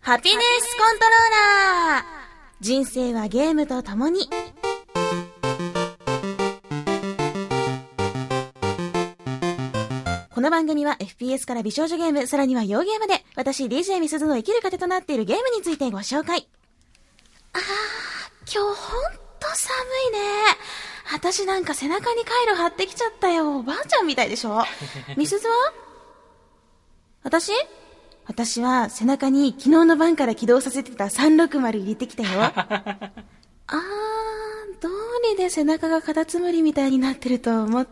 ハピネスコントローラー。人生はゲームとともに。この番組は FPS から美少女ゲーム、さらには洋ゲームで、私 DJ みすずの生きる糧となっているゲームについてご紹介。今日ほんと寒いね。私なんか背中にカイロ貼ってきちゃったよ。おばあちゃんみたいでしょ。みすずは？私は背中に昨日の晩から起動させてた360入れてきたよ。どうりで背中がカタツムリみたいになってると思った。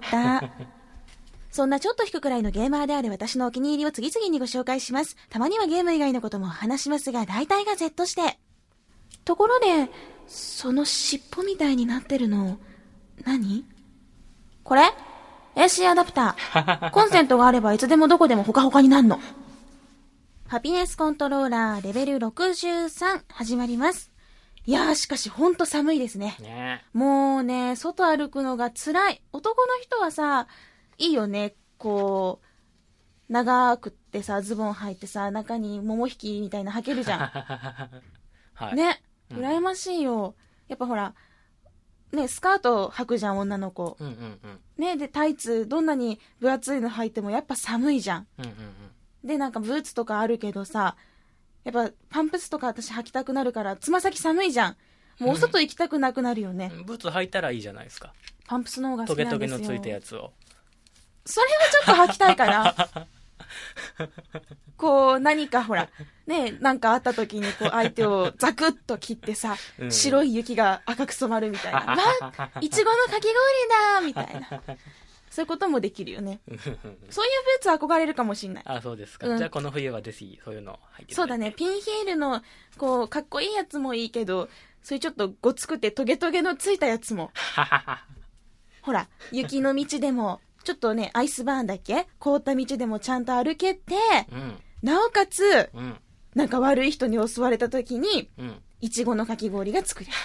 そんなちょっと引くくらいのゲーマーである私のお気に入りを次々にご紹介します。たまにはゲーム以外のことも話しますが、大体が Z して。ところで、その尻尾みたいになってるの、何？これ？ AC アダプター。コンセントがあればいつでもどこでもほかほかになるの。ハピネスコントローラーレベル63始まります。いやー、しかしほんと寒いですね。もうね、外歩くのが辛い。男の人はさ、いいよね。こう、長くってさ、ズボン履いてさ、中に桃引きみたいな履けるじゃん。はい、ね、羨ましいよ。やっぱほら、ね、スカート履くじゃん、女の子。ね、で、タイツ、どんなに分厚いの履いてもやっぱ寒いじゃん。で、なんかブーツとかあるけどさ、やっぱパンプスとか私履きたくなるから、つま先寒いじゃん。もうお外行きたくなくなるよね。 ブーツ履いたらいいじゃないですか。 パンプスの方が好きなんですよ。 トゲトゲのついたやつを。 それはちょっと履きたいかな。こう、何かほら、ね、なんかあった時にこう相手をザクッと切ってさ、白い雪が赤く染まるみたいな。わ、いちごのかき氷だみたいな。そういうこともできるよね。そういうブーツ憧れるかもしんない。 あ、そうですか。じゃあこの冬はぜひそういうの履いて。 そうだね。ピンヒールの、こう、かっこいいやつもいいけど、そういうちょっとごつくてトゲトゲのついたやつも。ほら、雪の道でも、ちょっとね、アイスバーンだっけ？凍った道でもちゃんと歩けて、なおかつ、なんか悪い人に襲われた時に、いちごのかき氷が作れる。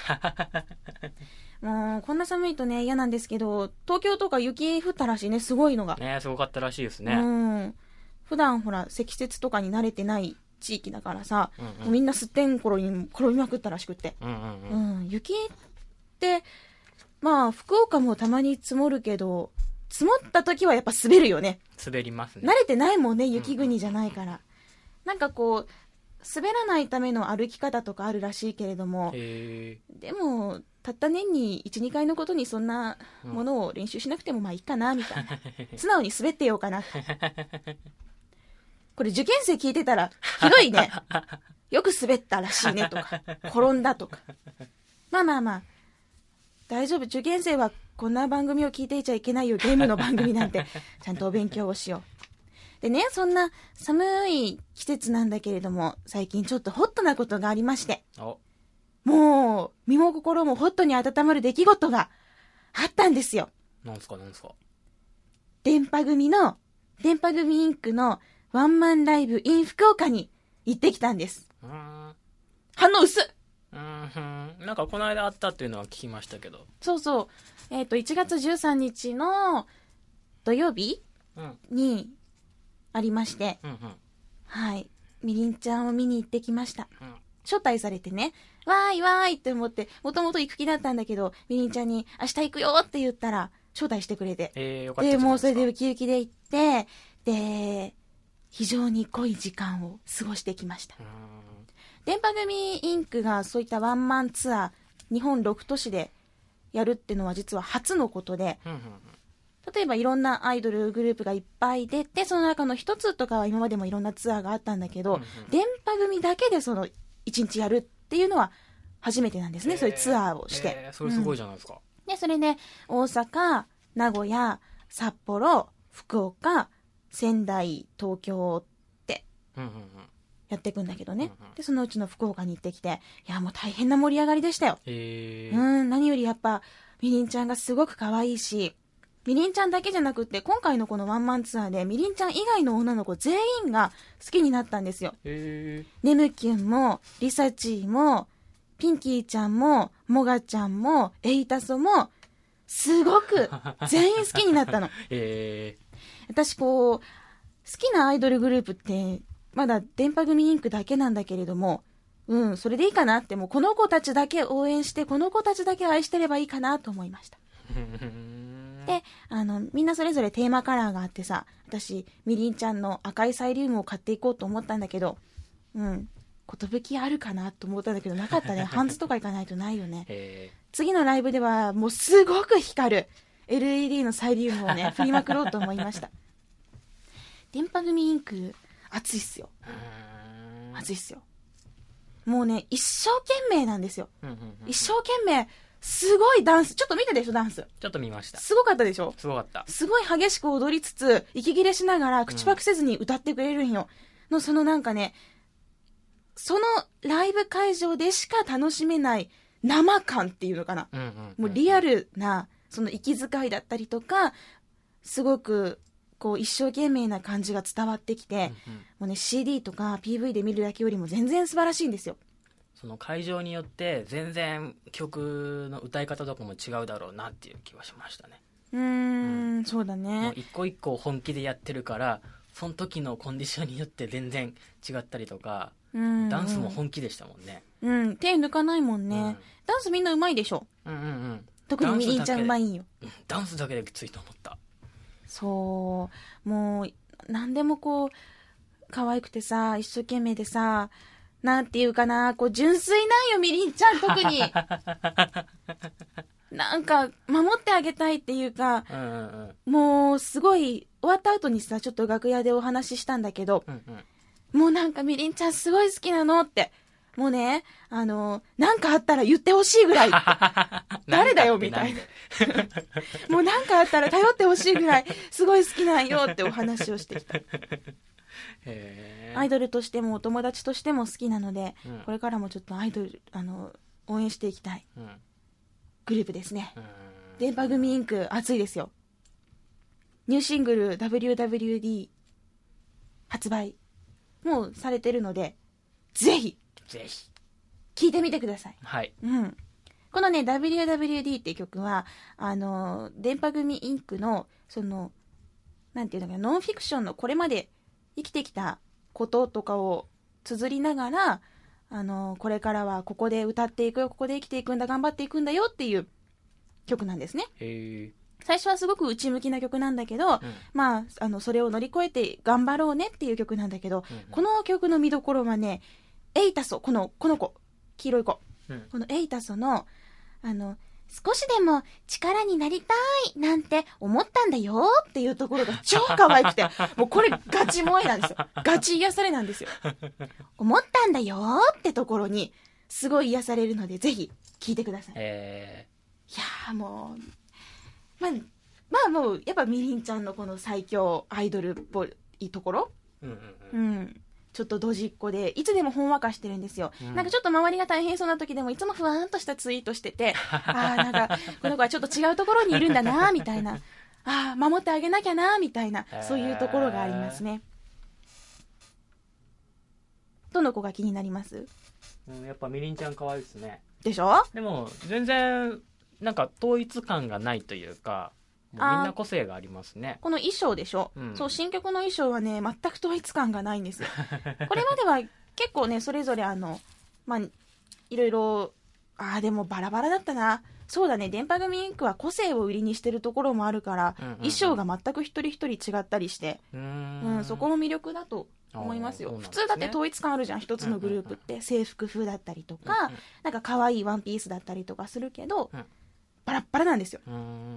もう、こんな寒いとね、嫌なんですけど、東京とか雪降ったらしいね、すごいのが。 ね、すごかったらしいですね。 普段ほら、積雪とかに慣れてない地域だからさ、もうみんなすってんころに転びまくったらしくって。雪って、まあ、福岡もたまに積もるけど、積もった時はやっぱ滑るよね。 滑りますね。 慣れてないもんね、雪国じゃないから。なんかこう、滑らないための歩き方とかあるらしいけれども、でも、たった年に1、2回のことにそんなものを練習しなくてもまあいいかな、みたいな。素直に滑ってようかな。これ受験生聞いてたら、ひどいね。よく滑ったらしいねとか、転んだとか。まあ、大丈夫。受験生はこんな番組を聞いていちゃいけないよ。ゲームの番組なんて。ちゃんとお勉強をしよう。でね、そんな寒い季節なんだけれども、最近ちょっとホットなことがありまして。もう、身も心もホットに温まる出来事があったんですよ。 なんすか。 電波組インクのワンマンライブ in 福岡に行ってきたんです。反応薄っ。 なんかこの間あったっていうのは聞きましたけど。 そう。1月13日の土曜日にありまして、はい。みりんちゃんを見に行ってきました。招待されてね、わーいって思って、もともと行く気だったんだけど、みりんちゃんに明日行くよって言ったら、招待してくれて。 よかったじゃないですか。 で、もうそれでウキウキで行って、で、非常に濃い時間を過ごしてきました。電波組インクがそういったワンマンツアー、日本6都市でやるってのは実は初のことで、例えばいろんなアイドルグループがいっぱい出て、その中の一つとかは今までもいろんなツアーがあったんだけど、電波組だけでその1日やるっていうのは初めてなんですね。そういうツアーをして。 それすごいじゃないですか。 で、それで大阪、名古屋、札幌、福岡、仙台、東京ってやっていくんだけどね。で、そのうちの福岡に行ってきて、いや、もう大変な盛り上がりでしたよ。何よりやっぱ、みりんちゃんがすごく可愛いし、みりんちゃんだけじゃなくって、今回のこのワンマンツアーで、みりんちゃん以外の女の子全員が好きになったんですよ。ねむきゅんも、りさちーも、ピンキーちゃんも、もがちゃんも、エイタソも、すごく全員好きになったの。私こう、好きなアイドルグループって、 まだ電波組インクだけなんだけれども、それでいいかなって、もうこの子たちだけ応援して、この子たちだけ愛してればいいかなと思いました。で、みんなそれぞれテーマカラーがあってさ、私、みりんちゃんの赤いサイリウムを買っていこうと思ったんだけど、寿あるかなと思ったんだけど、なかったね。ハンズとか行かないとないよね。次のライブでは、もうすごく光る LED のサイリウムをね、振りまくろうと思いました。電波組インク、熱いっすよ。熱いっすよ。もうね、一生懸命なんですよ。一生懸命、すごいダンス。ちょっと見てでしょ、ダンス。 ちょっと見ました。 すごかったでしょ。 すごかった。 すごい激しく踊りつつ、息切れしながら、口パクせずに歌ってくれるんよ。の、そのなんかね、そのライブ会場でしか楽しめない生感っていうのかな。もうリアルな、その息遣いだったりとか、すごく、こう一生懸命な感じが伝わってきて、もうね CD とか PV で見るだけよりも全然素晴らしいんですよ。 その会場によって全然曲の歌い方とかも違うだろうなっていう気はしましたね。 そうだね。 もう一個一個本気でやってるから、その時のコンディションによって全然違ったりとか、ダンスも本気でしたもんね。 手抜かないもんね。ダンスみんなうまいでしょ。特にみりんちゃんうまいんよ。 ダンスだけできついと思った。 そう、もう何でもこう可愛くてさ、一生懸命でさ、なんていうかな、こう純粋なんよ、みりんちゃん特に。なんか守ってあげたいっていうか、もうすごい終わった後にさ、ちょっと楽屋でお話ししたんだけど、もうなんかみりんちゃんすごい好きなのって。もうね、なんかあったら言ってほしいぐらい。誰だよみたいな。もうなんかあったら頼ってほしいぐらい、すごい好きなんよってお話をしてきた。アイドルとしてもお友達としても好きなので、これからもちょっとアイドル、応援していきたい。グループですね。電波組インク、熱いですよ。ニューシングル WWD 発売、もうされてるので、ぜひ聴いてみてください。 はい。 このね WWD っていう曲は電波組インクのそのなんていうのかな、ノンフィクションのこれまで生きてきたこととかを綴りながらこれからはここで歌っていくよ、ここで生きていくんだ、頑張っていくんだよっていう曲なんですね。最初はすごく内向きな曲なんだけど、まあそれを乗り越えて頑張ろうねっていう曲なんだけど、この曲の見どころはね、エイタソ、この子、黄色い子、このエイタソの少しでも力になりたいなんて思ったんだよっていうところが超可愛くて、もうこれガチ萌えなんですよ。ガチ癒されなんですよ。思ったんだよってところにすごい癒されるので、ぜひ聴いてください。いやーもうまあもうやっぱみりんちゃんのこの最強アイドルっぽいところ、ちょっとドジっ子でいつでもほんわかしてるんですよ。なんかちょっと周りが大変そうな時でもいつもふわーんとしたツイートしてて、なんかこの子はちょっと違うところにいるんだなみたいな、守ってあげなきゃなみたいな、そういうところがありますね。どの子が気になります？ やっぱみりんちゃん可愛いですね。 でしょ？ でも全然なんか統一感がないというか、もうみんな個性がありますね。 この衣装でしょ、そう新曲の衣装はね全く統一感がないんですよ。これまでは結構ねそれぞれいろいろでもバラバラだったな。そうだね、電波組インクは個性を売りにしてるところもあるから、衣装が全く一人一人違ったりして、そこも魅力だと思いますよ。普通だって統一感あるじゃん、一つのグループって、制服風だったりとか、なんか可愛いワンピースだったりとかするけど、バラッバラなんですよ。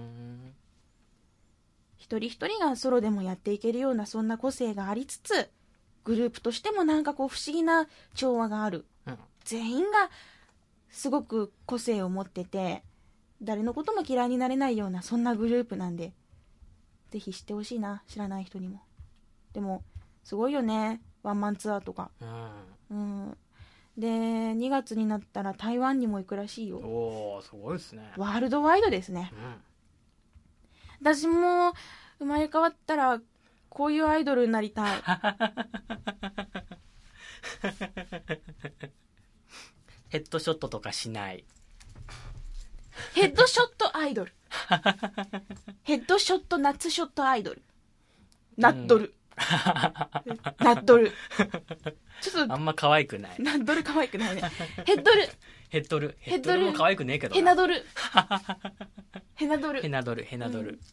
一人一人がソロでもやっていけるようなそんな個性がありつつ、グループとしてもなんかこう不思議な調和がある、全員がすごく個性を持ってて誰のことも嫌いになれないようなそんなグループなんで、ぜひ知ってほしいな、知らない人にも。でもすごいよね、ワンマンツアーとか。で2月になったら台湾にも行くらしいよ。 すごいですね。 ワールドワイドですね。私も生まれ変わったらこういうアイドルになりたい。 ヘッドショットとかしない。 ヘッドショットアイドル。ヘッドショットナッツショットアイドル。ナッドル。 なっとる。ちょっとあんま可愛くない。 なっとる可愛くないね。ヘッドル。 ヘッドルも可愛くねえけどな。 ヘナドル。ヘナドル。 ヘナドル。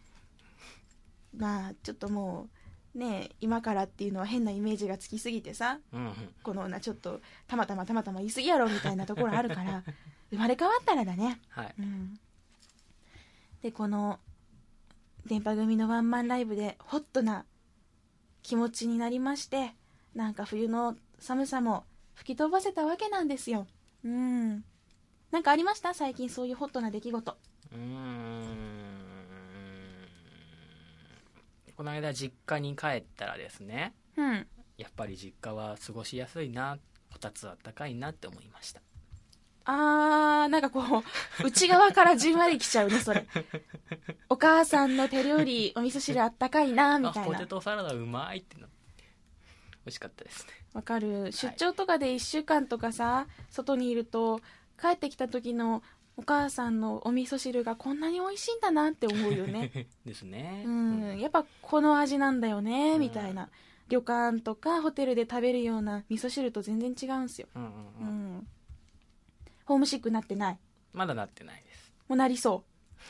まあちょっともうね、今からっていうのは変なイメージがつきすぎてさ、このちょっとたまたま言い過ぎやろみたいなところあるから生まれ変わったらだね。 はい。 でこの電波組のワンマンライブでホットな気持ちになりまして、なんか冬の寒さも吹き飛ばせたわけなんですよ。なんかありました最近そういうホットな出来事。 この間実家に帰ったらですね、やっぱり実家は過ごしやすいな、こたつあったかいなって思いました。 なんかこう内側からじんわりきちゃうねそれ。お母さんの手料理お味噌汁あったかいなみたいな。 ポテトサラダうまいっての美味しかったですね。 わかる。出張とかで1週間とかさ、外にいると帰ってきた時のお母さんのお味噌汁がこんなに美味しいんだなって思うよね。 ですね。 やっぱこの味なんだよねみたいな。旅館とかホテルで食べるような味噌汁と全然違うんすよ。ホームシックなってない？ まだなってないです。 もうなりそう。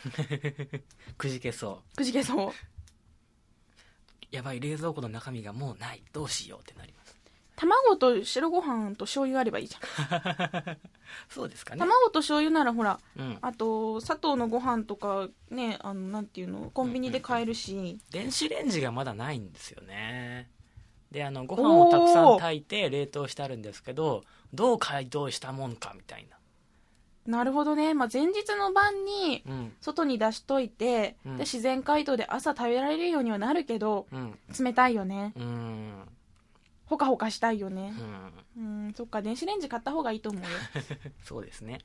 くじけそう。 くじけそう。 やばい、冷蔵庫の中身がもうない、どうしようってなります。 卵と白ご飯と醤油あればいいじゃん。 そうですかね。 卵と醤油ならほら、あと砂糖のご飯とかね、なんていうの、コンビニで買えるし、 電子レンジがまだないんですよね。でご飯をたくさん炊いて冷凍してあるんですけど、どう解凍したもんかみたいな。 なるほどね。前日の晩に外に出しといて、で自然解凍で朝食べられるようにはなるけど、冷たいよね。ほかほかしたいよね。そっか、電子レンジ買った方がいいと思うよ。 そうですね。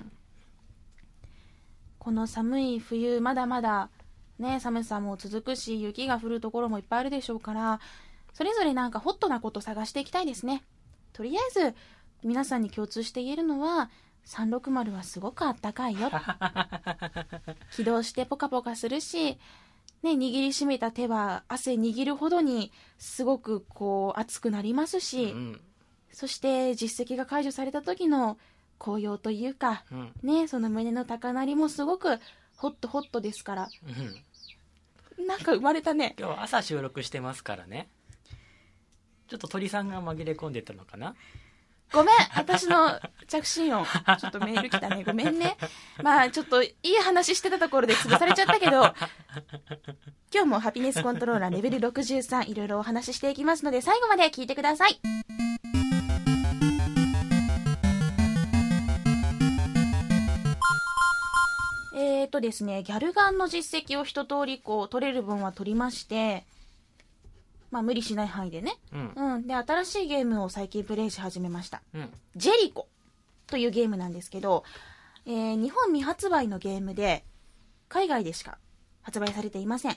この寒い冬、まだまだね、寒さも続くし、雪が降るところもいっぱいあるでしょうから、それぞれなんかホットなこと探していきたいですね。とりあえず皆さんに共通して言えるのは、360はすごくあったかいよ。起動してポカポカするし、ね、握りしめた手は汗握るほどにすごくこう熱くなりますし、そして実績が解除された時の高揚というか、ね、その胸の高鳴りもすごくホットですから、なんか生まれたね。 今日は朝収録してますからね。ちょっと鳥さんが紛れ込んでたのかな。 ごめん、私の着信音ちょっとメール来たね、ごめんね。ちょっといい話してたところで潰されちゃったけど、今日もハピネスコントローラーレベル63、いろいろお話ししていきますので、最後まで聞いてください。ですね、ギャルガンの実績を一通りこう取れる分は取りまして、無理しない範囲でね、で新しいゲームを最近プレイし始めました、ジェリコというゲームなんですけど、日本未発売のゲームで海外でしか発売されていません。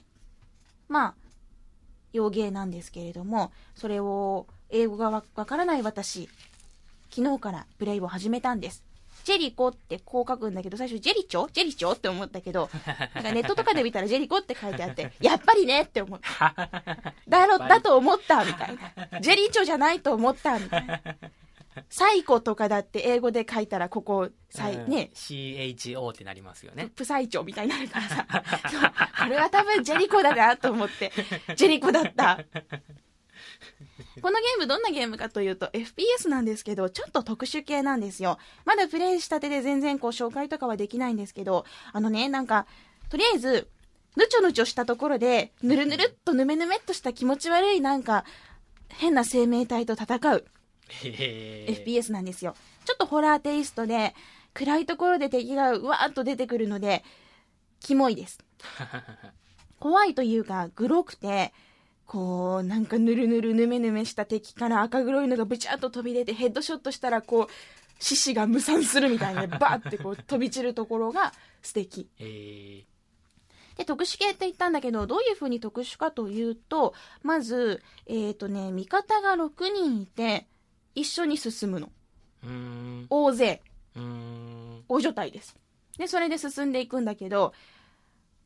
洋ゲーなんですけれども、それを英語がわからない私、昨日からプレイを始めたんです。ジェリコってこう書くんだけど、最初ジェリチョって思ったけど、なんかネットとかで見たらジェリコって書いてあって、やっぱりねって思った。だと思ったみたいな。ジェリチョじゃないと思ったみたいな。サイコとかだって英語で書いたらここ、ね。 CHO ってなりますよね。 プサイチョみたいになるからさ。これは多分ジェリコだなと思って、ジェリコだった。このゲームどんなゲームかというと FPS なんですけど、ちょっと特殊系なんですよ。まだプレイしたてで全然こう紹介とかはできないんですけど、なんかとりあえずぬちょぬちょしたところでぬるぬるっとぬめぬめっとした気持ち悪いなんか変な生命体と戦う FPS なんですよ。ちょっとホラーテイストで暗いところで敵がうわーっと出てくるのでキモいです。怖いというかグロくて、こうなんかぬるぬるぬめぬめした敵から赤黒いのがブチャッと飛び出て、ヘッドショットしたらこう獅子が無賛するみたいなバーってこう飛び散るところが素敵。で特殊系って言ったんだけど、どういう風に特殊かというと、まず味方が6人いて一緒に進むの。大勢大所帯です。でそれで進んでいくんだけど、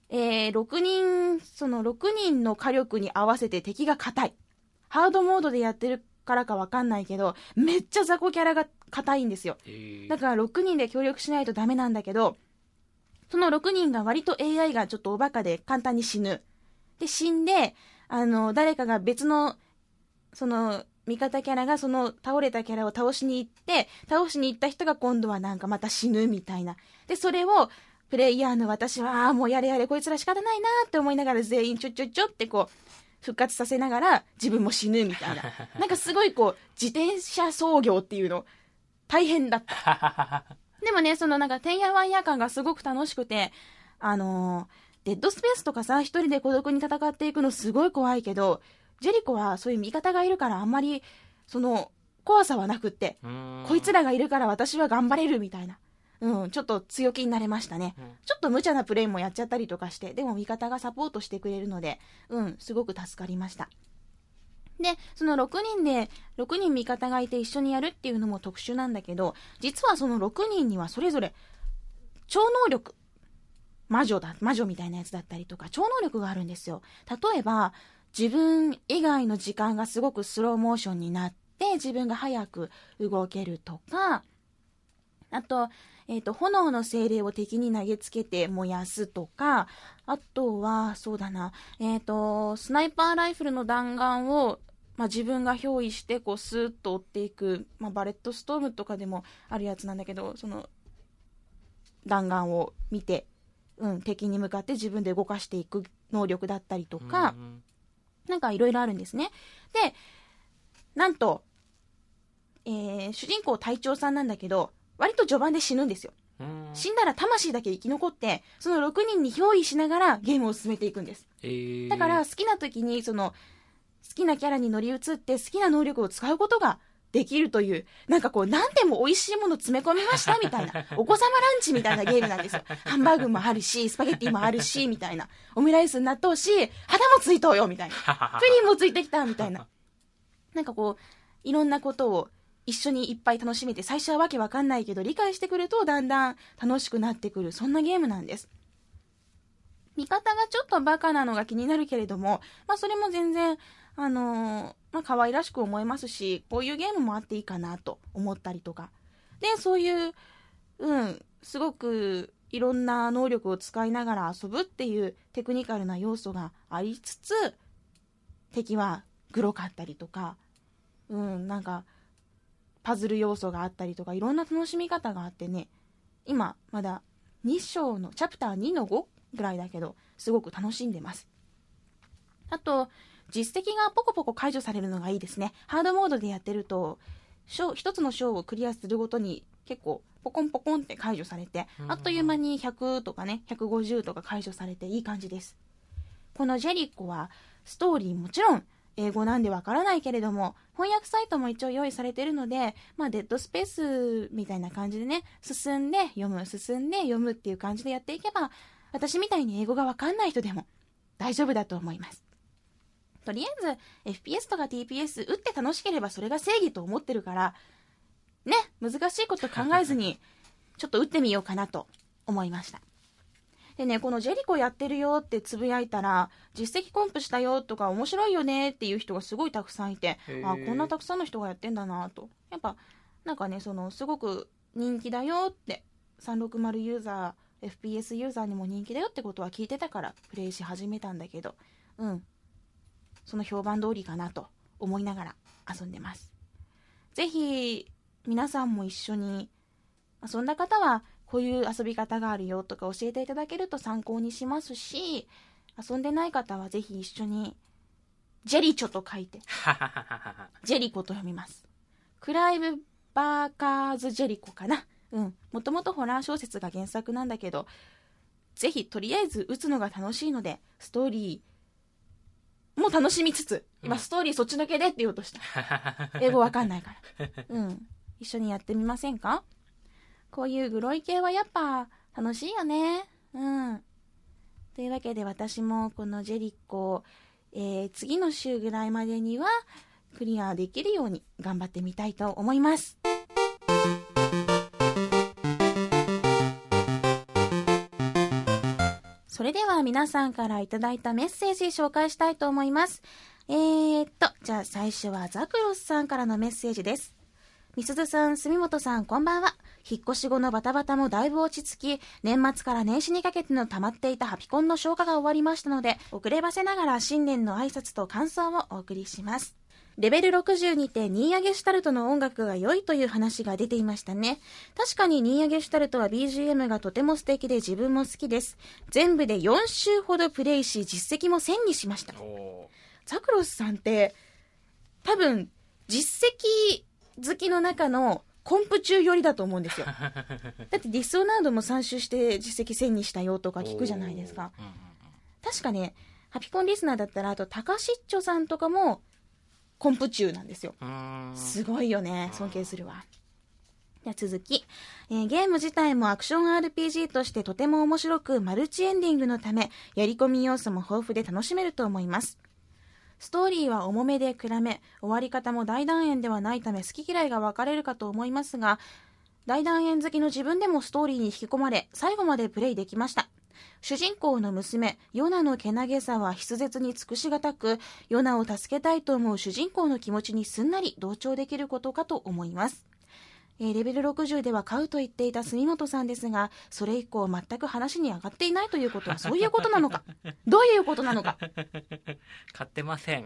6人の火力に合わせて敵が硬い。ハードモードでやってるからかわかんないけど、めっちゃ雑魚キャラが硬いんですよ。だから6人で協力しないとダメなんだけど、その6人が割と AI がちょっとおバカで簡単に死ぬ。で、死んで、誰かが別の、味方キャラがその倒れたキャラを倒しに行った人が今度はなんかまた死ぬみたいな。で、それを、プレイヤーの私は、もうやれやれこいつら仕方ないなって思いながら全員ちょってこう、復活させながら自分も死ぬみたいな。なんかすごいこう、自転車操業っていうの、大変だった。でもね、なんか、てんやわんや感がすごく楽しくて、デッドスペースとかさ、一人で孤独に戦っていくのすごい怖いけど、ジェリコはそういう味方がいるからあんまり、怖さはなくって、こいつらがいるから私は頑張れるみたいな。ちょっと強気になれましたね。ちょっと無茶なプレイもやっちゃったりとかして、でも味方がサポートしてくれるので、すごく助かりました。で、その6人味方がいて一緒にやるっていうのも特殊なんだけど、実はその6人にはそれぞれ超能力、魔女みたいなやつだったりとか、超能力があるんですよ。例えば、自分以外の時間がすごくスローモーションになって、自分が早く動けるとか、あと、炎の精霊を敵に投げつけて燃やすとか、あとは、そうだな、スナイパーライフルの弾丸を、自分が憑依して、こう、スーッと追っていく、バレットストームとかでもあるやつなんだけど、その、弾丸を見て、敵に向かって自分で動かしていく能力だったりとか、なんかいろいろあるんですね。で、なんと、主人公隊長さんなんだけど、割と序盤で死ぬんですよ。死んだら魂だけ生き残って、その6人に憑依しながらゲームを進めていくんです。だから好きな時に好きなキャラに乗り移って好きな能力を使うことができるという、なんかこう何でも美味しいもの詰め込みましたみたいな、お子様ランチみたいなゲームなんですよ。ハンバーグもあるし、スパゲッティもあるし、みたいな。オムライスに納豆し、肌もついとうよ、みたいな。プリンもついてきた、みたいな。なんかこう、いろんなことを一緒にいっぱい楽しめて、最初はわけわかんないけど理解してくるとだんだん楽しくなってくる、そんなゲームなんです。味方がちょっとバカなのが気になるけれども、それも全然可愛らしく思えますし、こういうゲームもあっていいかなと思ったりとかで、そういうすごくいろんな能力を使いながら遊ぶっていうテクニカルな要素がありつつ、敵はグロかったりとか、なんかパズル要素があったりとか、いろんな楽しみ方があってね、今まだ2章のチャプター2の5ぐらいだけど、すごく楽しんでます。あと、実績がポコポコ解除されるのがいいですね。ハードモードでやってると、一つの章をクリアするごとに結構ポコンポコンって解除されて、あっという間に100とかね、150とか解除されていい感じです。このジェリコはストーリーもちろん英語なんでわからないけれども、翻訳サイトも一応用意されているので、デッドスペースみたいな感じでね、進んで読むっていう感じでやっていけば、私みたいに英語がわかんない人でも大丈夫だと思います。とりあえず FPS とか TPS 打って楽しければそれが正義と思ってるからね、難しいこと考えずにちょっと打ってみようかなと思いました。でね、このジェリコやってるよってつぶやいたら、実績コンプしたよとか面白いよねっていう人がすごいたくさんいて、こんなたくさんの人がやってんだなと。やっぱなんかね、すごく人気だよって、360ユーザー FPS ユーザーにも人気だよってことは聞いてたからプレイし始めたんだけど、その評判通りかなと思いながら遊んでます。ぜひ皆さんも一緒に遊んだ方はこういう遊び方があるよとか教えていただけると参考にしますし、遊んでない方はぜひ一緒にジェリチョと書いてジェリコと読みます。クライブ・バーカーズ・ジェリコかな。もともとホラー小説が原作なんだけど、ぜひとりあえず打つのが楽しいので、ストーリーもう楽しみつつ、今ストーリーそっちのけでって言おうとした。英語わかんないから。一緒にやってみませんか？こういうグロい系はやっぱ楽しいよね。というわけで私もこのジェリコ、次の週ぐらいまでにはクリアできるように頑張ってみたいと思います。 それでは皆さんからいただいたメッセージ紹介したいと思います。じゃあ最初はザクロスさんからのメッセージです。みすずさん、住本さん、こんばんは。引っ越し後のバタバタもだいぶ落ち着き、年末から年始にかけての溜まっていたハピコンの消化が終わりましたので、遅ればせながら新年の挨拶と感想をお送りします。レベル60にてニーヤゲシュタルトの音楽が良いという話が出ていましたね。確かにニーヤゲシュタルトは BGM がとても素敵で自分も好きです。全部で4週ほどプレイし、実績も1000にしました。ザクロスさんって多分実績好きの中のコンプ中寄りだと思うんですよ。だってディスオナードも3周して実績1000にしたよとか聞くじゃないですか。確かね、ハピコンリスナーだったら、あとタカシッチョさんとかもコンプ中なんですよ。すごいよね。尊敬するわ。では続き、ゲーム自体もアクション RPG としてとても面白く、マルチエンディングのためやり込み要素も豊富で楽しめると思います。ストーリーは重めで暗め、終わり方も大団円ではないため好き嫌いが分かれるかと思いますが、大団円好きの自分でもストーリーに引き込まれ、最後までプレイできました。主人公の娘、ヨナのけなげさは筆舌に尽くしがたく、ヨナを助けたいと思う主人公の気持ちにすんなり同調できることかと思います。レベル60では買うと言っていた住本さんですが、それ以降全く話に上がっていないということはそういうことなのか、どういうことなのか。 買ってません。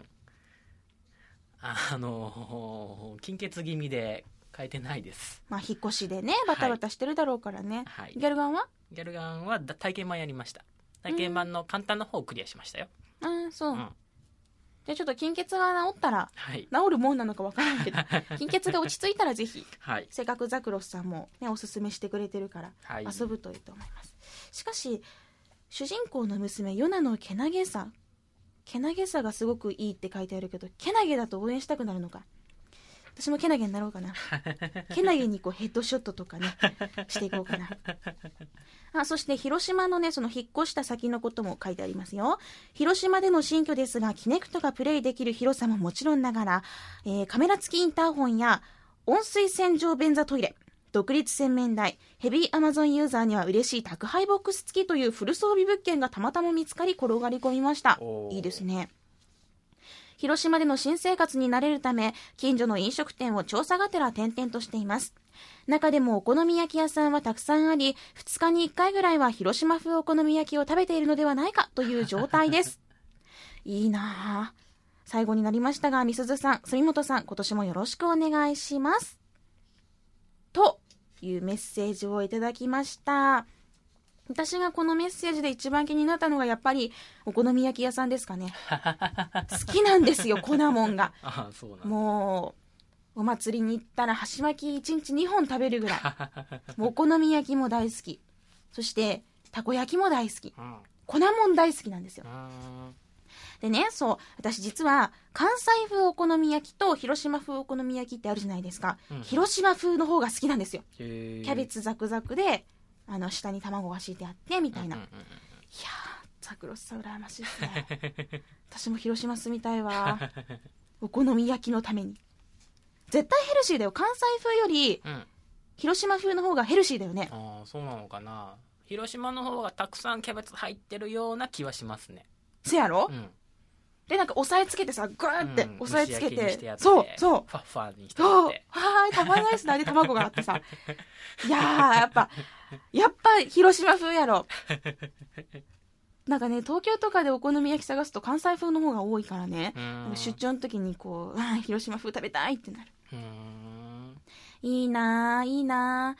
金欠気味で買えてないです。 引っ越しでね、バタバタしてるだろうからね。 はい、 ギャルガンは体験版やりました。体験版の簡単な方をクリアしましたよ。 そう。じゃあちょっと金欠が治ったら、治るもんなのかわからんけど、金欠が落ち着いたらぜひ、せっかくザクロスさんも、ね、おすすめしてくれてるから、遊ぶといいと思います。しかし、主人公の娘、ヨナのけなげさがすごくいいって書いてあるけど、けなげだと応援したくなるのか。私もけなげになろうかな。けなげにこうヘッドショットとかね、していこうかな。そして広島のね、その引っ越した先のことも書いてありますよ。広島での新居ですが、キネクトがプレイできる広さももちろんながら、カメラ付きインターホンや温水洗浄便座トイレ、独立洗面台、ヘビーアマゾンユーザーには嬉しい宅配ボックス付きというフル装備物件がたまたま見つかり転がり込みました。いいですね。広島での新生活に慣れるため、近所の飲食店を調査がてら転々としています。中でもお好み焼き屋さんはたくさんあり、2日に1回ぐらいは広島風お好み焼きを食べているのではないかという状態です。いいなぁ。最後になりましたが、みすずさん、住本さん、今年もよろしくお願いします。というメッセージをいただきました。私がこのメッセージで一番気になったのがやっぱりお好み焼き屋さんですかね。好きなんですよ、粉もんが。 そうなんだ。 もうお祭りに行ったら箸巻き1日2本食べるぐらい。もうお好み焼きも大好き。そしてたこ焼きも大好き。粉もん大好きなんですよ。でね、私実は関西風お好み焼きと広島風お好み焼きってあるじゃないですか。広島風の方が好きなんですよ。キャベツザクザクで下に卵が敷いてあってみたいな。いやー、ザクロスさん羨ましいですね。私も広島住みたいわ。お好み焼きのために。絶対ヘルシーだよ。関西風より、広島風の方がヘルシーだよね。 そうなのかな。広島の方がたくさんキャベツ入ってるような気はしますね。 せやろ？で、なんか押さえつけてさ、グーって押さえつけて、 ファッファにしてやって。 たまらないですね。あれ卵があってさ。いやー、やっぱ広島風やろ。なんかね、東京とかでお好み焼き探すと関西風の方が多いからね。出張の時にこう、広島風食べたいってなる。いいなぁ。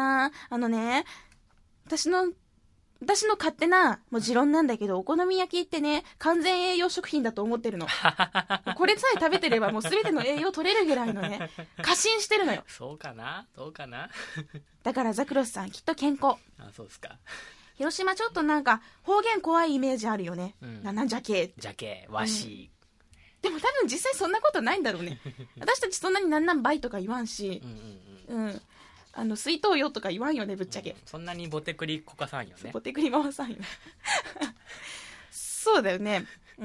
私の勝手な持論なんだけど、お好み焼きってね、完全栄養食品だと思ってるの。これさえ食べてればもう全ての栄養取れるぐらいのね、過信してるのよ。 そうかなだからザクロスさんきっと健康。 そうですか。 広島ちょっとなんか方言怖いイメージあるよね。なんじゃけ和紙。 でも多分実際そんなことないんだろうね。私たちそんなになん倍とか言わんし、水筒よとか言わんよね、ぶっちゃけ。 そんなにボテクリこかさんよね。 ボテクリ回さんよ。そうだよね。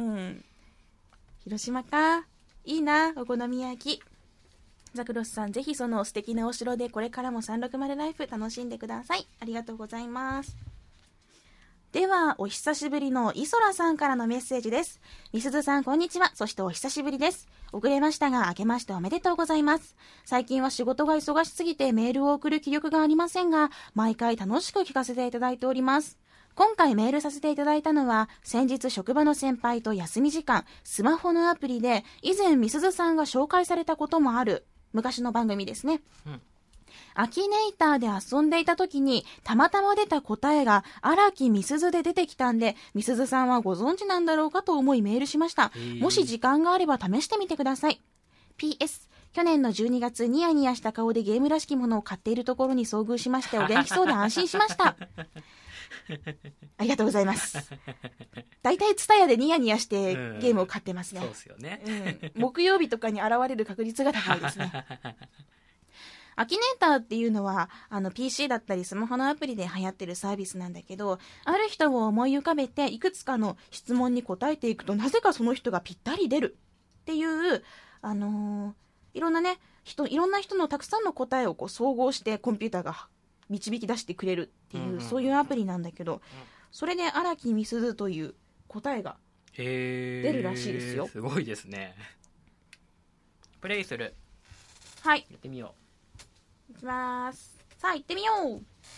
広島か。いいな、お好み焼き。ザクロスさん、ぜひその素敵なお城でこれからも360ライフ楽しんでください。ありがとうございます。 ではお久しぶりのイソラさんからのメッセージです。みすずさんこんにちは。そしてお久しぶりです。遅れましたが明けましておめでとうございます。最近は仕事が忙しすぎてメールを送る気力がありませんが、毎回楽しく聞かせていただいております。今回メールさせていただいたのは、先日職場の先輩と休み時間スマホのアプリで以前みすずさんが紹介されたこともある昔の番組ですね。アキネイターで遊んでいた時にたまたま出た答えが荒木みすずで出てきたんで、みすずさんはご存知なんだろうかと思いメールしました。もし時間があれば試してみてください。 PS 去年の12月ニヤニヤした顔でゲームらしきものを買っているところに遭遇しましてお元気そうで安心しましたありがとうございます。だいたいツタヤでニヤニヤしてゲームを買ってますね。 そうですよね、 木曜日とかに現れる確率が高いですねアキネーターっていうのはPC だったりスマホのアプリで流行ってるサービスなんだけど、ある人を思い浮かべていくつかの質問に答えていくとなぜかその人がぴったり出るっていういろんなねいろんな人のたくさんの答えをこう総合してコンピューターが導き出してくれるっていう、そういうアプリなんだけど、それで荒木みすずという答えが出るらしいですよ。 すごいですね。プレイする。 はい、 やってみよいきます。さあ行ってみよう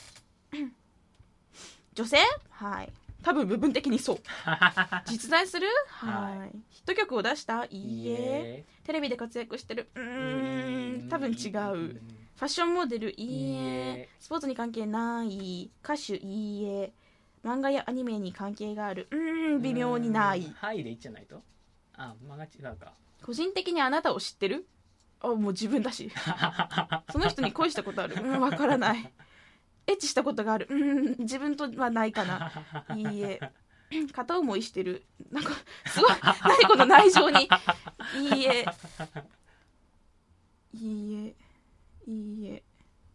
女性？はい、多分部分的にそう実在する？はい、ヒット曲を出した？いいえ。テレビで活躍してる？多分違う。ファッションモデル？いいえ。スポーツに関係ない。歌手？いいえ。漫画やアニメに関係がある？微妙にない。 はいでいっちゃないと。漫画違うか。 個人的にあなたを知ってる？もう自分だしその人に恋したことある？わからない。エッチしたことがある？自分とはないかな。いいえ。片思いしてる？なんかすごい何この内情に。いいえ。いいえ。いいえ。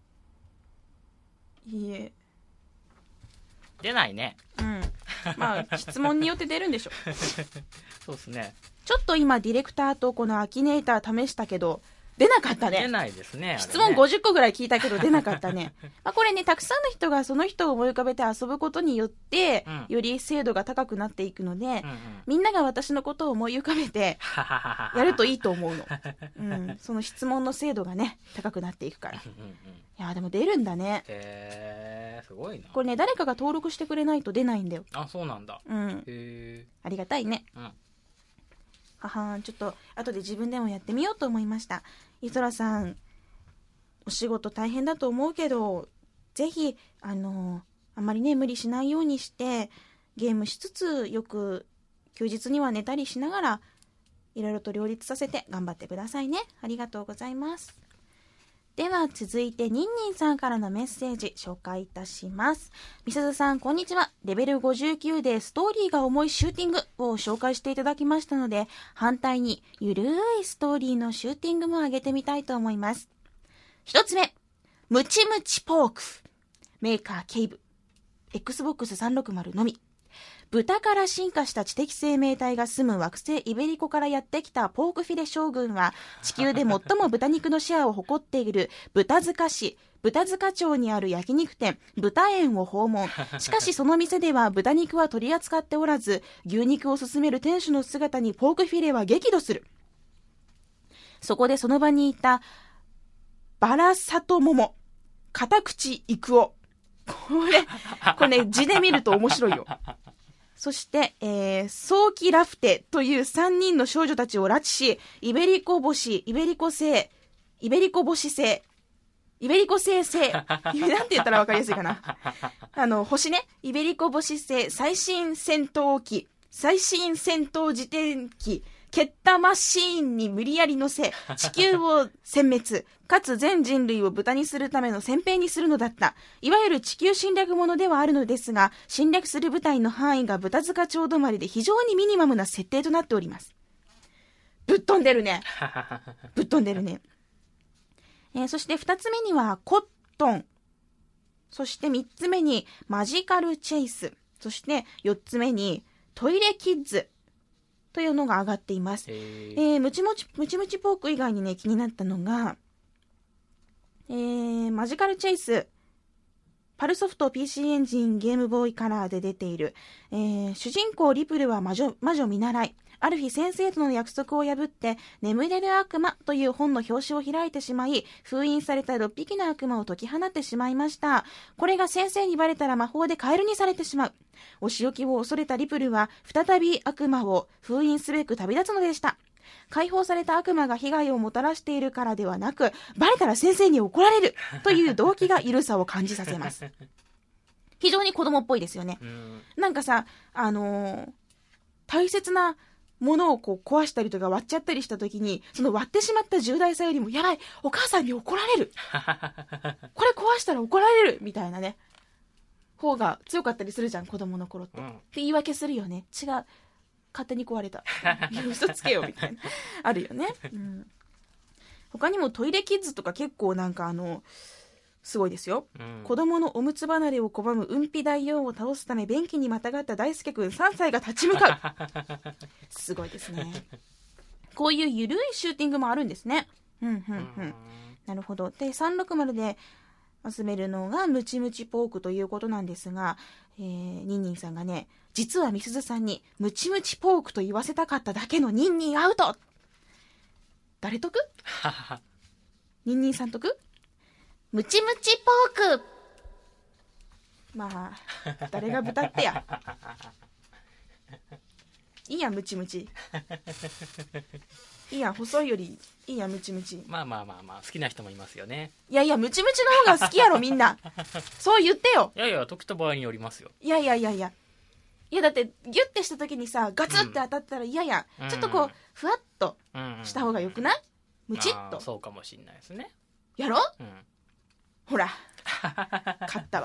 いいえ。 出ないね。 まあ質問によって出るんでしょそうですね。 ちょっと今ディレクターとこのアキネーター試したけど出なかったね。 出ないですね。 質問50個ぐらい聞いたけど出なかったねこれね、たくさんの人がその人を思い浮かべて遊ぶことによって、より精度が高くなっていくので、みんなが私のことを思い浮かべてやるといいと思うのその質問の精度がね高くなっていくからいやでも出るんだね。 すごいな。 これね、誰かが登録してくれないと出ないんだよ。 そうなんだ。 ありがたいね。ちょっと後で自分でもやってみようと思いました。イソラさん、お仕事大変だと思うけど、ぜひあんまりね無理しないようにしてゲームしつつ、よく休日には寝たりしながらいろいろと両立させて頑張ってくださいね。ありがとうございます。では続いてニンニンさんからのメッセージ紹介いたします。みすずさんこんにちは。レベル59でストーリーが重いシューティングを紹介していただきましたので、反対にゆるいストーリーのシューティングも上げてみたいと思います。一つ目、ムチムチポーク、メーカーケイブ、 Xbox 360のみ。豚から進化した知的生命体が住む惑星イベリコからやってきたポークフィレ将軍は、地球で最も豚肉のシェアを誇っている豚塚市豚塚町にある焼肉店豚園を訪問。しかしその店では豚肉は取り扱っておらず、牛肉を勧める店主の姿にポークフィレは激怒する。そこでその場にいたバラサトモモ、片口イクオ、これね字で見ると面白いよ。そして、ソーキラフテという3人の少女たちを拉致し、イベリコ星星星なんて言ったら分かりやすいかな。星ね、イベリコ星星最新戦闘機、最新戦闘自転機、ケッタマシーンに無理やり乗せ、地球を殲滅、かつ全人類を豚にするための先兵にするのだった。いわゆる地球侵略者ではあるのですが、侵略する部隊の範囲が豚塚町止まりで非常にミニマムな設定となっております。ぶっ飛んでるね。ぶっ飛んでるね。そして2つ目にはコットン。そして3つ目にマジカルチェイス。そして4つ目にトイレキッズ。というのが上がっています。ムチムチポーク以外にね気になったのが、マジカルチェイスパルソフト PC エンジンゲームボーイカラーで出ている、主人公リプルは魔女見習い。ある日先生との約束を破って眠れる悪魔という本の表紙を開いてしまい、封印された6匹の悪魔を解き放ってしまいました。これが先生にバレたら魔法でカエルにされてしまう。お仕置きを恐れたリプルは再び悪魔を封印すべく旅立つのでした。解放された悪魔が被害をもたらしているからではなく、バレたら先生に怒られるという動機が緩さを感じさせます。非常に子供っぽいですよね。なんかさ、大切なものをこう壊したりとか割っちゃったりした時に、その割ってしまった重大さよりも、やばい、お母さんに怒られるこれ壊したら怒られるみたいなね、方が強かったりするじゃん、子供の頃って。って言い訳するよね。違う、勝手に壊れた嘘つけよみたいなあるよね、他にもトイレキッズとか結構なんかすごいですよ、子供のおむつ離れを拒む運費大王を倒すため便器にまたがった大輔くん3歳が立ち向かうすごいですね。こういうゆるいシューティングもあるんですね。なるほど。で360で遊べるのがムチムチポークということなんですが、ニンニンさんがね、実はみすずさんにムチムチポークと言わせたかっただけのニンニンアウト。誰得ニンニンさん得？ムチムチポーク。まあ誰が豚ってやいいやムチムチいいや細いよりいいやムチムチ。 まあ好きな人もいますよね。 いやムチムチの方が好きやろみんなそう言ってよ。 いや時と場合によりますよ。 いやだってギュッてした時にさガツッて当たったら嫌や、ちょっとこうふわっとした方がよくない？ムチッと。 そうかもしんないですね。 やろ？ほら勝ったわ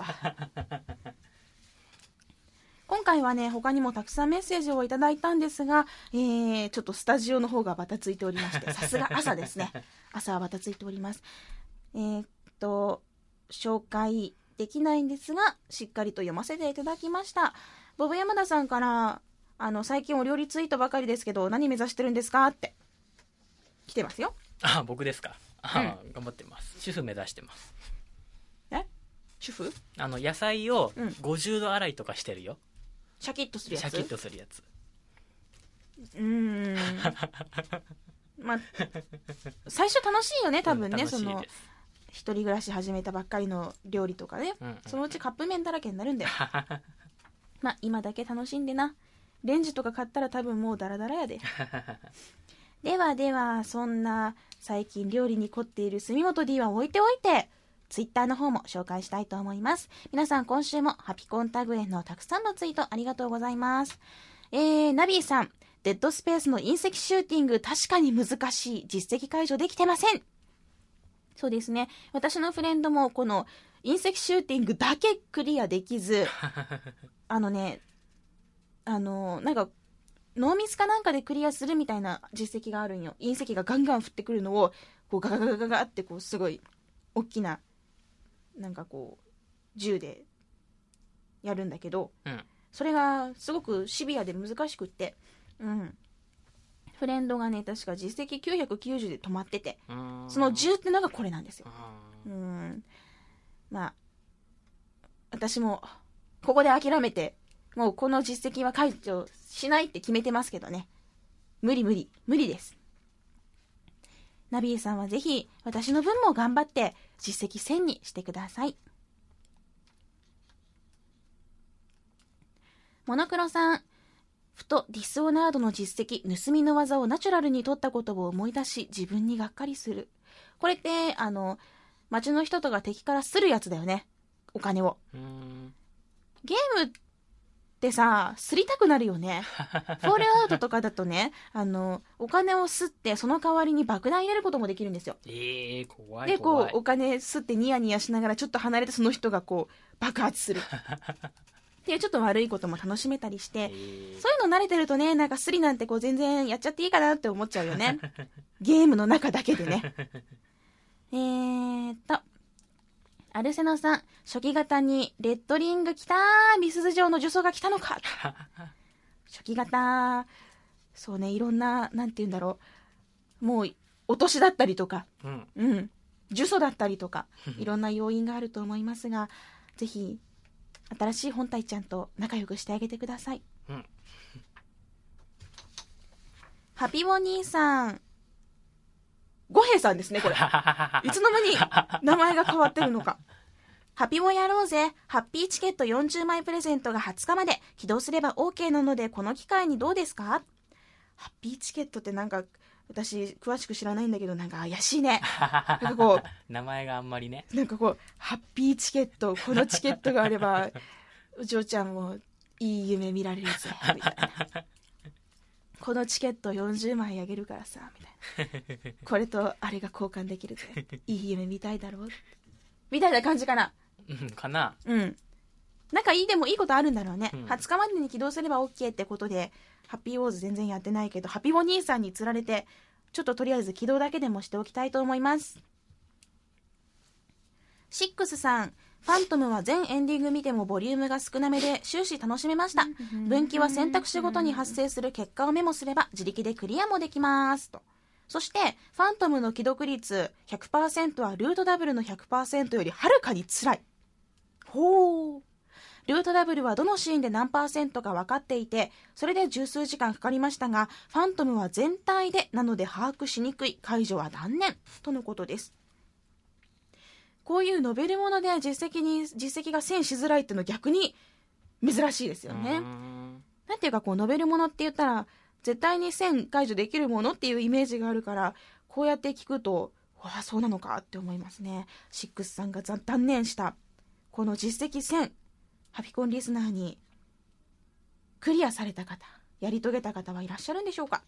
今回はね、他にもたくさんメッセージをいただいたんですが、ちょっとスタジオの方がバタついておりまして、さすが朝ですね。朝はバタついております。紹介できないんですが、しっかりと読ませていただきました。ボブ山田さんから、最近お料理ツイートばかりですけど、何目指してるんですかって来てますよ。 僕ですか。頑張ってます。主婦目指してます。 主婦？ 野菜を50度洗いとかしてるよ。 シャキッとするやつ。 シャキッとするやつ。 まあ最初楽しいよね、多分ね。 楽しいです。 一人暮らし始めたばっかりの料理とかね、そのうちカップ麺だらけになるんだよまあ今だけ楽しんでな。レンジとか買ったら多分もうダラダラやでではそんな最近料理に凝っている住本 D は置いておいて、ツイッターの方も紹介したいと思います。皆さん今週もハピコンタグへのたくさんのツイートありがとうございます。ナビーさん、デッドスペースの隕石シューティング確かに難しい。実績解除できてません。そうですね。私のフレンドもこの隕石シューティングだけクリアできずなんかノーミスかなんかでクリアするみたいな実績があるんよ。隕石がガンガン降ってくるのをこうガガガガガガってこうすごい大きななんかこう銃でやるんだけど、それがすごくシビアで難しくって、フレンドがね確か実績990で止まってて、その銃ってのがこれなんですよ。まあ私もここで諦めてもうこの実績は解除しないって決めてますけどね。無理です。ナビエさんはぜひ私の分も頑張って実績1000にしてください。モノクロさん、ふとディスオナードの実績盗みの技をナチュラルに取ったことを思い出し自分にがっかりする。これって街の人とか敵からするやつだよね、お金を。ゲームってさすりたくなるよねフォールアウトとかだとねお金をすってその代わりに爆弾入れることもできるんですよ。 怖い。 でこうお金すってニヤニヤしながらちょっと離れてその人がこう爆発するっていうちょっと悪いことも楽しめたりして、そういうの慣れてるとね、なんかスリなんてこう全然やっちゃっていいかなって思っちゃうよねゲームの中だけでねアルセノさん、初期型にレッドリング来たー、ミスズ城の呪詛が来たのか初期型、そうね、いろんな、なんて言うんだろう、もう落としだったりとか、呪詛だったりとかいろんな要因があると思いますが、 ぜひ新しい本体ちゃんと仲良くしてあげてください。ハピボ兄さん、五平さんですねこれ。いつの間に名前が変わってるのか。ハピボやろうぜ。ハッピーチケット40枚プレゼントが20日まで起動すれば OK なので、この機会にどうですか？ハッピーチケットってなんか私詳しく知らないんだけど、なんか怪しいね。なんかこう名前があんまりね。 なんかこうハッピーチケット、このチケットがあればお嬢ちゃんもいい夢見られるぜみたいな。このチケット40枚あげるからさみたいな。これとあれが交換できるぜ。いい夢見たいだろうみたいな感じかな。 かな。 なんかでもいいことあるんだろうね。 うん、 20日までに起動すれば OK ってことで、ハッピーウォーズ全然やってないけど、ハピボ兄さんに釣られて、ちょっととりあえず起動だけでもしておきたいと思います。シックスさん、ファントムは全エンディング見てもボリュームが少なめで終始楽しめました。分岐は選択肢ごとに発生する結果をメモすれば自力でクリアもできますと。そしてファントムの既読率 100% はルートダブルの 100% よりはるかに辛い。ほー。ルートダブルはどのシーンで何%か分かっていて、それで十数時間かかりましたが、ファントムは全体でなので把握しにくい、解除は断念とのことです。こういうノベルもので実績が1000しづらいっていうのは逆に珍しいですよね。なんていうかこうノベルものって言ったら絶対に1000解除できるものっていうイメージがあるから、こうやって聞くとわあそうなのかって思いますね。シックスさんが断念したこの実績1000、ハピコンリスナーにクリアされた方、やり遂げた方はいらっしゃるんでしょうか。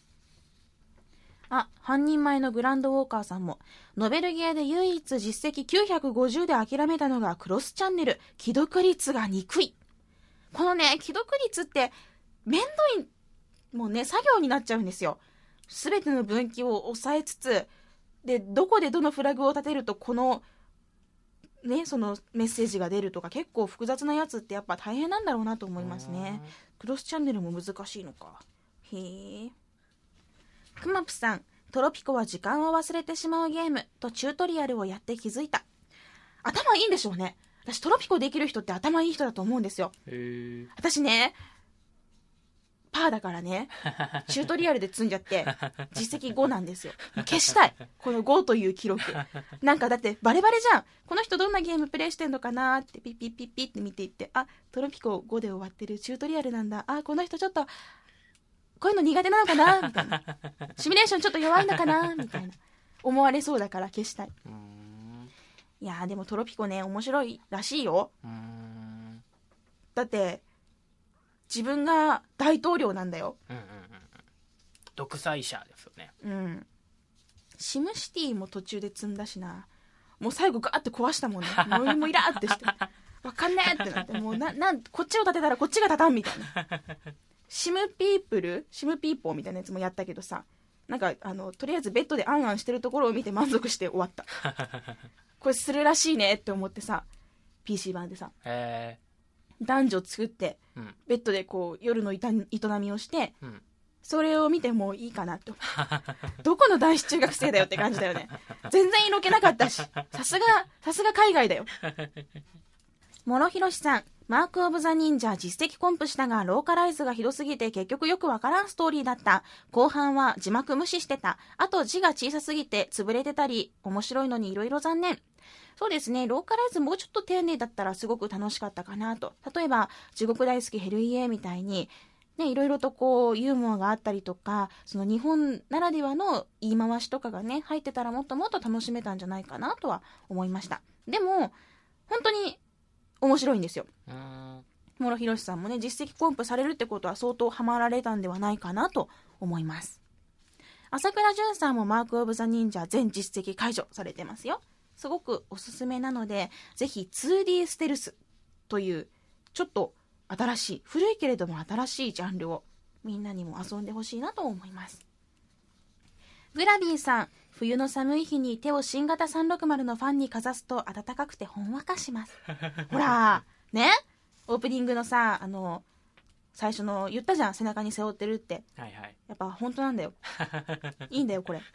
半人前のグランドウォーカーさんも、ノベルゲーで唯一実績950で諦めたのがクロスチャンネル、既読率が憎い。このね、既読率ってめんどい、もうね、作業になっちゃうんですよ。すべての分岐を抑えつつ、で、どこでどのフラグを立てるとこのね、そのメッセージが出るとか、結構複雑なやつってやっぱ大変なんだろうなと思いますね。クロスチャンネルも難しいのか。へー。クマプさん、トロピコは時間を忘れてしまうゲームとチュートリアルをやって気づいた。頭いいんでしょうね。私トロピコできる人って頭いい人だと思うんですよ。私ね、パーだからね、チュートリアルで積んじゃって実績5なんですよ。消したいこの5という記録。なんかだってバレバレじゃん。この人どんなゲームプレイしてんのかなってピッピッピッピッって見ていって、トロピコ5で終わってるチュートリアルなんだ。この人ちょっとこういうの苦手なのかなみたいな。シミュレーションちょっと弱いのかなみたいな思われそうだから消したい。いやでもトロピコね、面白いらしいよ。だって自分が大統領なんだよ。 独裁者ですよね。 シムシティも途中で積んだしな。もう最後ガーって壊したもんね。もうイラーってしてわかんねえってなって、もうこっちを立てたらこっちが立たんみたいな。シムピーポーみたいなやつもやったけどさ、なんかとりあえずベッドでアンアンしてるところを見て満足して終わった。これするらしいねって思ってさ、 PC 版でさ、男女作って、ベッドでこう夜の営みをして、それを見てもういいかなと。どこの男子中学生だよって感じだよね。全然色気なかったし、さすが海外だよ。諸広さん、マークオブザ忍者実績コンプしたがローカライズがひどすぎて結局よくわからんストーリーだった。後半は字幕無視してた。あと字が小さすぎて潰れてたり、面白いのにいろいろ残念。そうですね、ローカライズもうちょっと丁寧だったらすごく楽しかったかなと。例えば地獄大好きヘルイエみたいにね、いろいろとこうユーモアがあったりとか、その日本ならではの言い回しとかがね入ってたらもっともっと楽しめたんじゃないかなとは思いました。でも本当に面白いんですよ。諸広さんもね、実績コンプされるってことは相当ハマられたんではないかなと思います。朝倉純さんもマークオブザ忍者全実績解除されてますよ。すごくおすすめなので、ぜひ 2D ステルスというちょっと新しい、古いけれども新しいジャンルをみんなにも遊んでほしいなと思います。グラビーさん、冬の寒い日に手を新型360のファンにかざすと暖かくてほんわかします。ほらね、オープニングのさ、最初の言ったじゃん、背中に背負ってるって、やっぱ本当なんだよ。いいんだよこれ。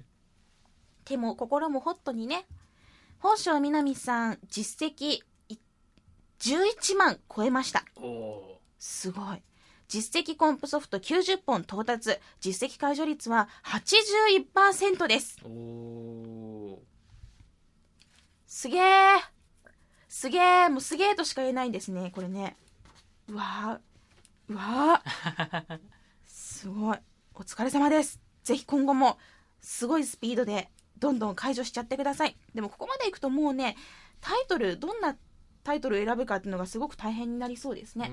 手も心もホットにね。宝生みなみさん、実績 11万超えました。 おすごい。実績コンプソフト90本到達。実績解除率は 81% です。 おすげー。すげー。もうすげーとしか言えないんですね、これね。うわー。うわー。すごい。お疲れ様です。ぜひ今後もすごいスピードでどんどん解除しちゃってください。でもここまでいくともうね、タイトル、どんなタイトルを選ぶかっていうのがすごく大変になりそうですね。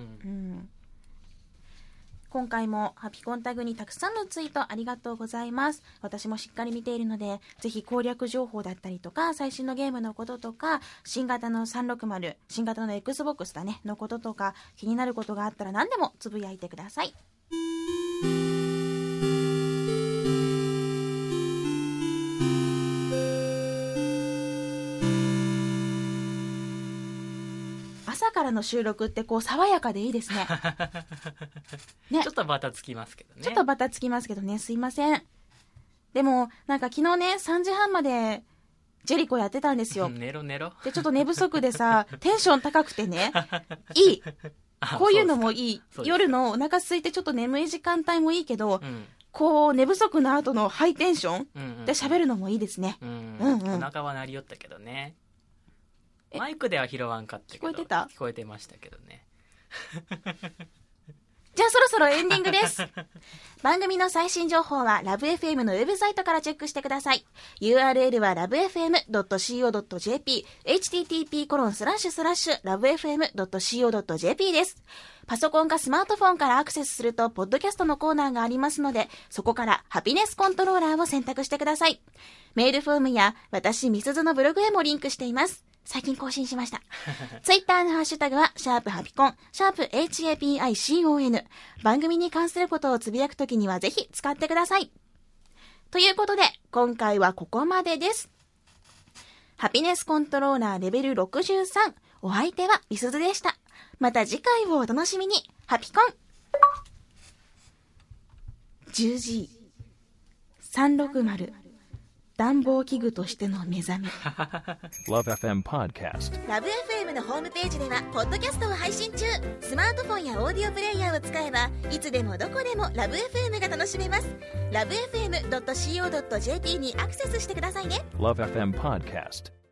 今回もハピコンタグにたくさんのツイートありがとうございます。私もしっかり見ているので、ぜひ攻略情報だったりとか、最新のゲームのこととか、新型の360、新型の Xbox だね、のこととか、気になることがあったら何でもつぶやいてください。朝からの収録ってこう爽やかでいいですね。 ね、ちょっとバタつきますけどね。 ちょっとバタつきますけどね、すいません。でもなんか昨日ね、3時半までジェリコやってたんですよ。 寝ろ寝ろ。 でちょっと寝不足でさ、テンション高くてね、いい。こういうのもいい。夜のお腹空いてちょっと眠い時間帯もいいけど、こう寝不足の後のハイテンションで喋るのもいいですね。 お腹は鳴りよったけどね。マイクでは拾わんかったけど、 聞こえてた？ 聞こえてましたけどね。 じゃあそろそろエンディングです。番組の最新情報はラブ FM のウェブサイトからチェックしてください。URL は lovefm.co.jp http://lovefm.co.jp です。パソコンかスマートフォンからアクセスするとポッドキャストのコーナーがありますので、そこからハピネスコントローラーを選択してください。メールフォームや私みすずのブログへもリンクしています。最近更新しました。ツイッターのハッシュタグはシャープハピコン、シャープ HAPICON。番組に関することをつぶやくときにはぜひ使ってください。ということで今回はここまでです。ハピネスコントローラーレベル63、お相手はみすずでした。また次回をお楽しみに。ハピコン 10G360 暖房器具としての目覚め。 LoveFM Podcast。 ラブ FM のホームページではポッドキャストを配信中。スマートフォンやオーディオプレイヤーを使えばいつでもどこでもラブ FM が楽しめます。LoveFM.co.jp にアクセスしてくださいね。 LoveFM Podcast。